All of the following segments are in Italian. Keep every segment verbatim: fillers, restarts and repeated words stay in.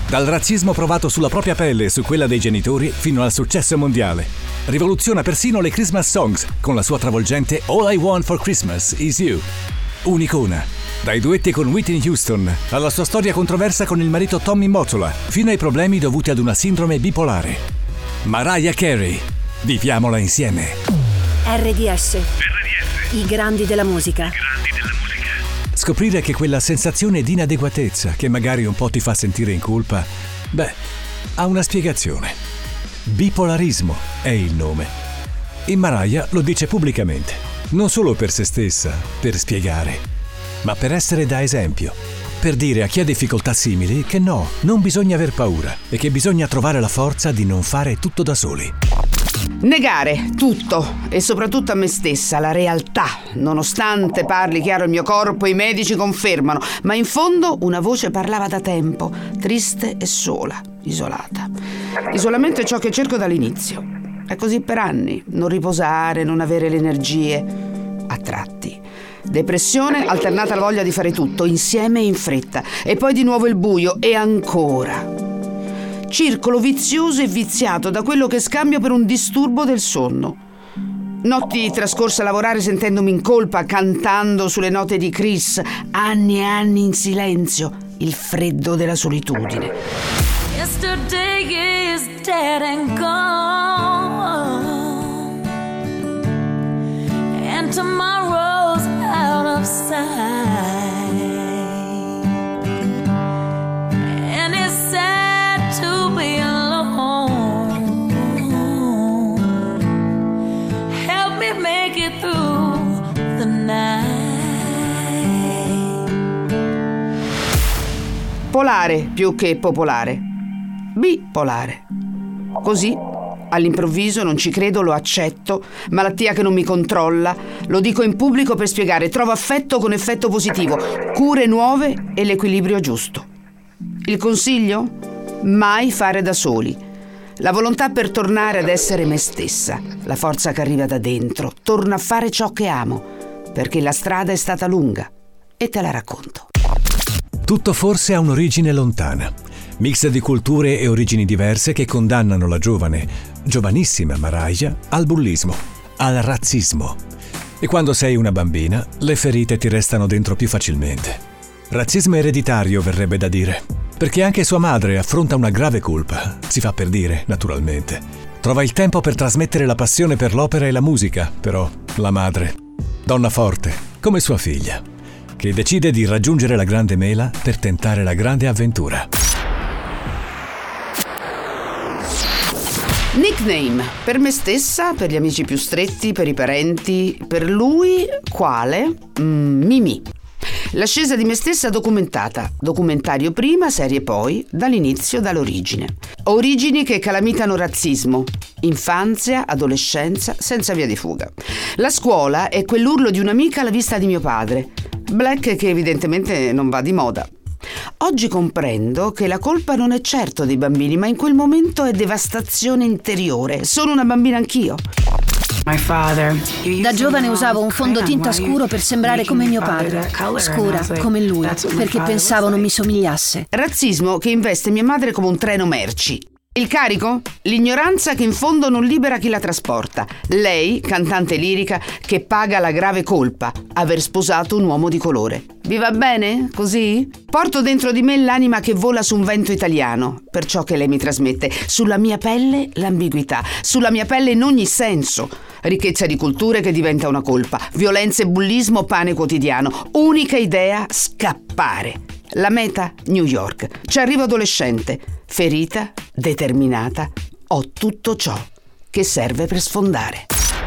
Dal razzismo provato sulla propria pelle e su quella dei genitori fino al successo mondiale. Rivoluziona persino le Christmas songs con la sua travolgente All I Want for Christmas Is You. Un'icona. Dai duetti con Whitney Houston alla sua storia controversa con il marito Tommy Mottola, fino ai problemi dovuti ad una sindrome bipolare. Mariah Carey. Viviamola insieme. R D S. R D S. I grandi della musica. I grandi della musica. Scoprire che quella sensazione di inadeguatezza che magari un po' ti fa sentire in colpa, beh, ha una spiegazione. Bipolarismo è il nome. E Mariah lo dice pubblicamente, non solo per se stessa, per spiegare, ma per essere da esempio, per dire a chi ha difficoltà simili che no, non bisogna aver paura e che bisogna trovare la forza di non fare tutto da soli. Negare tutto e soprattutto a me stessa, la realtà, nonostante parli chiaro il mio corpo, i medici confermano, ma in fondo una voce parlava da tempo, triste e sola, isolata. Isolamento è ciò che cerco dall'inizio. È così per anni, non riposare, non avere le energie, a tratti. Depressione alternata alla voglia di fare tutto, insieme e in fretta, e poi di nuovo il buio, e ancora. Circolo vizioso e viziato da quello che scambio per un disturbo del sonno. Notti trascorse a lavorare sentendomi in colpa, cantando sulle note di Chris, anni e anni in silenzio, il freddo della solitudine. Yesterday is dead and gone, and tomorrow's out of sight. Polare più che popolare. Bipolare. Così, all'improvviso, non ci credo, lo accetto, malattia che non mi controlla, lo dico in pubblico per spiegare, trovo affetto con effetto positivo, cure nuove e l'equilibrio giusto. Il consiglio? Mai fare da soli. La volontà per tornare ad essere me stessa, la forza che arriva da dentro, torno a fare ciò che amo, perché la strada è stata lunga e te la racconto. Tutto forse ha un'origine lontana, mix di culture e origini diverse che condannano la giovane, giovanissima Mariah al bullismo, al razzismo. E quando sei una bambina, le ferite ti restano dentro più facilmente. Razzismo ereditario, verrebbe da dire, perché anche sua madre affronta una grave colpa, si fa per dire, naturalmente. Trova il tempo per trasmettere la passione per l'opera e la musica, però, la madre, donna forte, come sua figlia, che decide di raggiungere la grande mela per tentare la grande avventura. Nickname, per me stessa, per gli amici più stretti, per i parenti, per lui, quale? Mm, Mimì. L'ascesa di me stessa documentata, documentario prima, serie poi, dall'inizio, dall'origine. Origini che calamitano razzismo, infanzia, adolescenza, senza via di fuga. La scuola è quell'urlo di un'amica alla vista di mio padre, Black che evidentemente non va di moda. Oggi comprendo che la colpa non è certo dei bambini, ma in quel momento è devastazione interiore. Sono una bambina anch'io. Da giovane usavo un fondotinta scuro per sembrare come mio padre, scura come lui, perché pensavo non mi somigliasse. Razzismo che investe mia madre come un treno merci. Il carico? L'ignoranza che in fondo non libera chi la trasporta. Lei, cantante lirica, che paga la grave colpa, aver sposato un uomo di colore. Vi va bene? Così? Porto dentro di me l'anima che vola su un vento italiano, per ciò che lei mi trasmette. Sulla mia pelle l'ambiguità, sulla mia pelle in ogni senso. Ricchezza di culture che diventa una colpa, violenza e bullismo pane quotidiano. Unica idea, scappare. La meta? New York. Ci arrivo adolescente, ferita, determinata. Ho tutto ciò che serve per sfondare.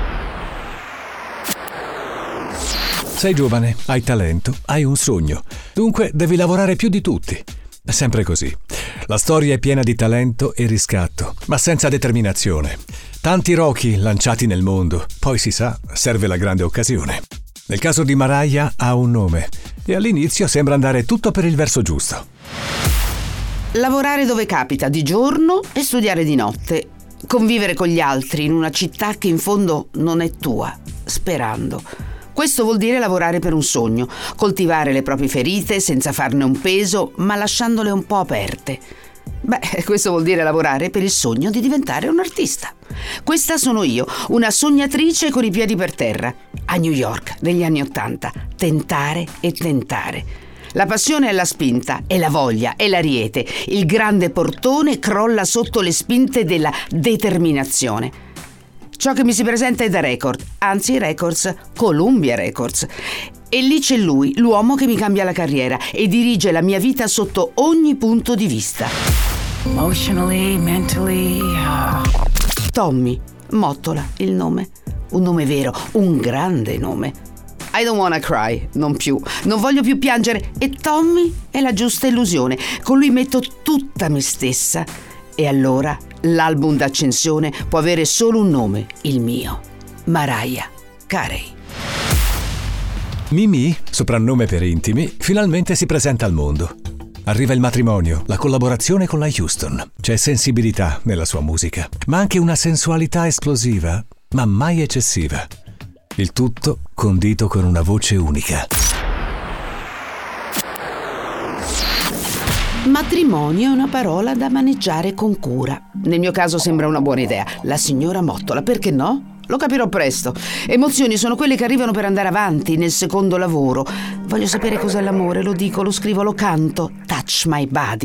Sei giovane, hai talento, hai un sogno. Dunque devi lavorare più di tutti. È sempre così. La storia è piena di talento e riscatto, ma senza determinazione. Tanti rochi lanciati nel mondo, poi si sa, serve la grande occasione. Nel caso di Mariah ha un nome e all'inizio sembra andare tutto per il verso giusto. Lavorare dove capita di giorno e studiare di notte. Convivere con gli altri in una città che in fondo non è tua, sperando. Questo vuol dire lavorare per un sogno, coltivare le proprie ferite senza farne un peso, ma lasciandole un po' aperte. Beh, questo vuol dire lavorare per il sogno di diventare un artista. Questa sono io, una sognatrice con i piedi per terra, a New York negli anni Ottanta. Tentare e tentare. La passione è la spinta, e la voglia è l'ariete. Il grande portone crolla sotto le spinte della determinazione. Ciò che mi si presenta è da record, anzi records, Columbia Records. E lì c'è lui, l'uomo che mi cambia la carriera e dirige la mia vita sotto ogni punto di vista. Emotionally, mentally, uh... Tommy Mottola, il nome. Un nome vero, un grande nome. I don't wanna cry, non più. Non voglio più piangere. E Tommy è la giusta illusione. Con lui metto tutta me stessa. E allora l'album d'ascensione può avere solo un nome, il mio. Mariah Carey. Mimi, soprannome per intimi, finalmente si presenta al mondo. Arriva il matrimonio, la collaborazione con la Houston. C'è sensibilità nella sua musica, ma anche una sensualità esplosiva, ma mai eccessiva. Il tutto condito con una voce unica. Matrimonio è una parola da maneggiare con cura. Nel mio caso sembra una buona idea. La signora Mottola, perché no? Lo capirò presto. Emozioni sono quelle che arrivano per andare avanti nel secondo lavoro. Voglio sapere cos'è l'amore, lo dico, lo scrivo, lo canto. Touch my body.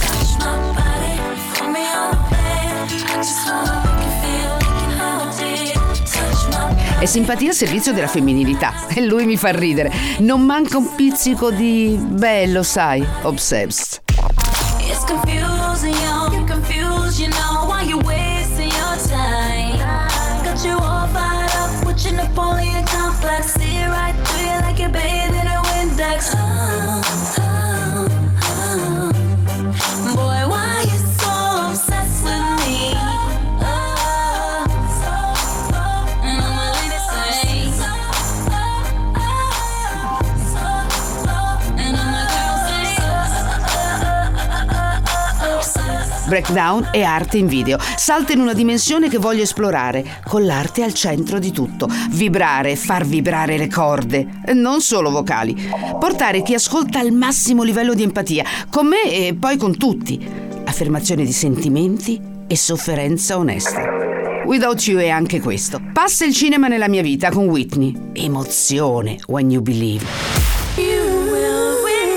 È simpatia al servizio della femminilità e lui mi fa ridere. Non manca un pizzico di bello, sai, obsessed. It's confusing, you're confused, you know why you're wasting your time. Got you all fired up with your Napoleon complex. See right through you like you're bathing in a Windex. Oh, oh, oh. Boy, why you so obsessed with me? Oh, and all my ladies say, and all my girls say. Breakdown è arte in video. Salta in una dimensione che voglio esplorare, con l'arte al centro di tutto. Vibrare, far vibrare le corde, non solo vocali. Portare chi ascolta al massimo livello di empatia, con me e poi con tutti. Affermazione di sentimenti e sofferenza onesta. Without You è anche questo. Passa il cinema nella mia vita con Whitney. Emozione, When You Believe. You will when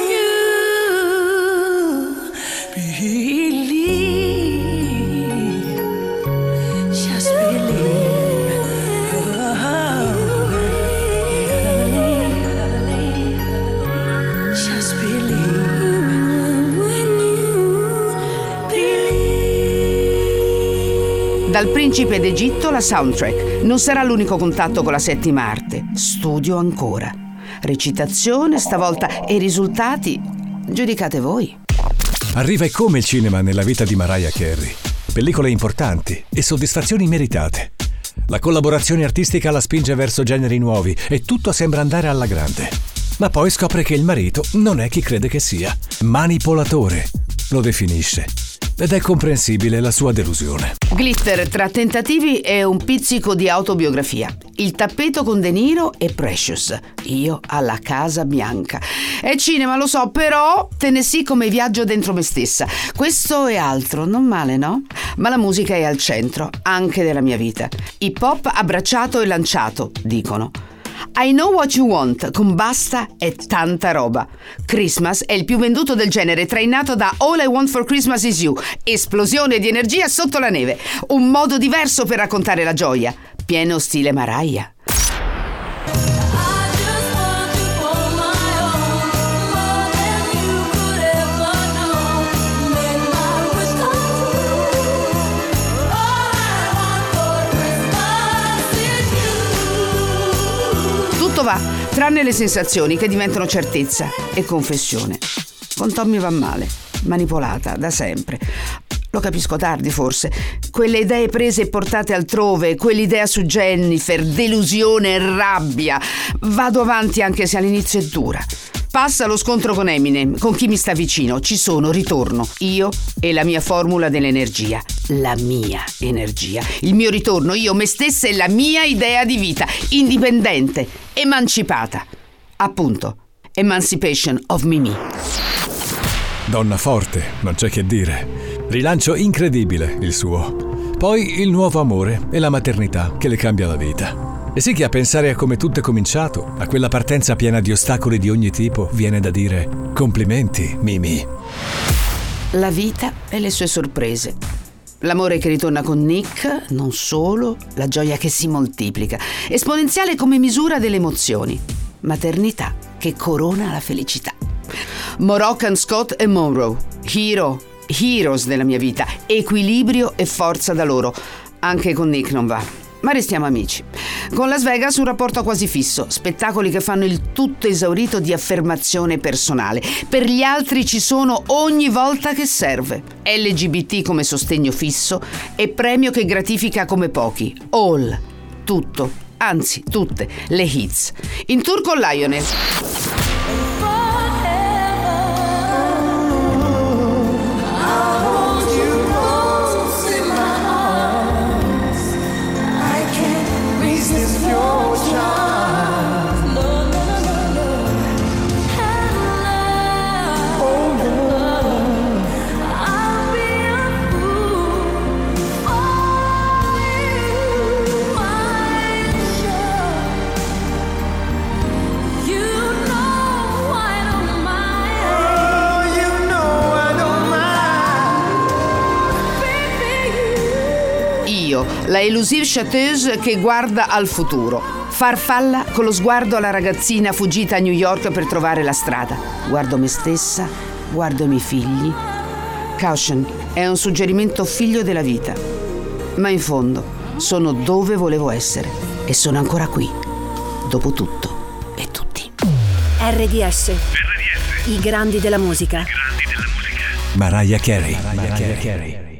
you believe. Just believe. Just believe. When you believe. Dal Principe d'Egitto la soundtrack. Non sarà l'unico contatto con la settima arte. Studio ancora. Recitazione stavolta e risultati giudicate voi. Arriva e come il cinema nella vita di Mariah Carey. Pellicole importanti e soddisfazioni meritate. La collaborazione artistica la spinge verso generi nuovi e tutto sembra andare alla grande. Ma poi scopre che il marito non è chi crede che sia. Manipolatore, lo definisce. Ed è comprensibile la sua delusione. Glitter tra tentativi e un pizzico di autobiografia. Il tappeto con De Niro e Precious. Io alla Casa Bianca. È cinema, lo so, però Tennessee come viaggio dentro me stessa. Questo è altro, non male, no? Ma la musica è al centro, anche della mia vita. Hip hop abbracciato e lanciato, dicono. I Know What You Want con Basta e tanta roba. Christmas è il più venduto del genere, trainato da All I Want for Christmas Is You. Esplosione di energia sotto la neve. Un modo diverso per raccontare la gioia. Pieno stile Mariah. Tutto va, tranne le sensazioni che diventano certezza e confessione. Con Tommy va male, manipolata da sempre. Lo capisco tardi forse. Quelle idee prese e portate altrove, quell'idea su Jennifer, delusione e rabbia. Vado avanti anche se all'inizio è dura. Passa lo scontro con Eminem, con chi mi sta vicino. Ci sono, ritorno. Io e la mia formula dell'energia. La mia energia. Il mio ritorno, io, me stessa e la mia idea di vita. Indipendente, emancipata. Appunto, Emancipation of Mimi. Donna forte, non c'è che dire. Rilancio incredibile il suo. Poi il nuovo amore e la maternità che le cambia la vita. E sì che a pensare a come tutto è cominciato, a quella partenza piena di ostacoli di ogni tipo, viene da dire complimenti, Mimi. La vita e le sue sorprese. L'amore che ritorna con Nick, non solo, la gioia che si moltiplica, esponenziale come misura delle emozioni. Maternità che corona la felicità. Moroccan, Scott e Monroe, hero, heroes della mia vita, equilibrio e forza da loro. Anche con Nick non va, ma restiamo amici. Con Las Vegas un rapporto quasi fisso, spettacoli che fanno il tutto esaurito di affermazione personale. Per gli altri ci sono ogni volta che serve. L G B T come sostegno fisso e premio che gratifica come pochi. All, tutto, anzi tutte le hits. In tour con Lionel. La elusive chanteuse che guarda al futuro. Farfalla con lo sguardo alla ragazzina fuggita a New York per trovare la strada. Guardo me stessa, guardo i miei figli. Caution è un suggerimento figlio della vita. Ma in fondo sono dove volevo essere e sono ancora qui, dopo tutto e tutti. R D S. I grandi della musica. Mariah Carey. Mariah Carey.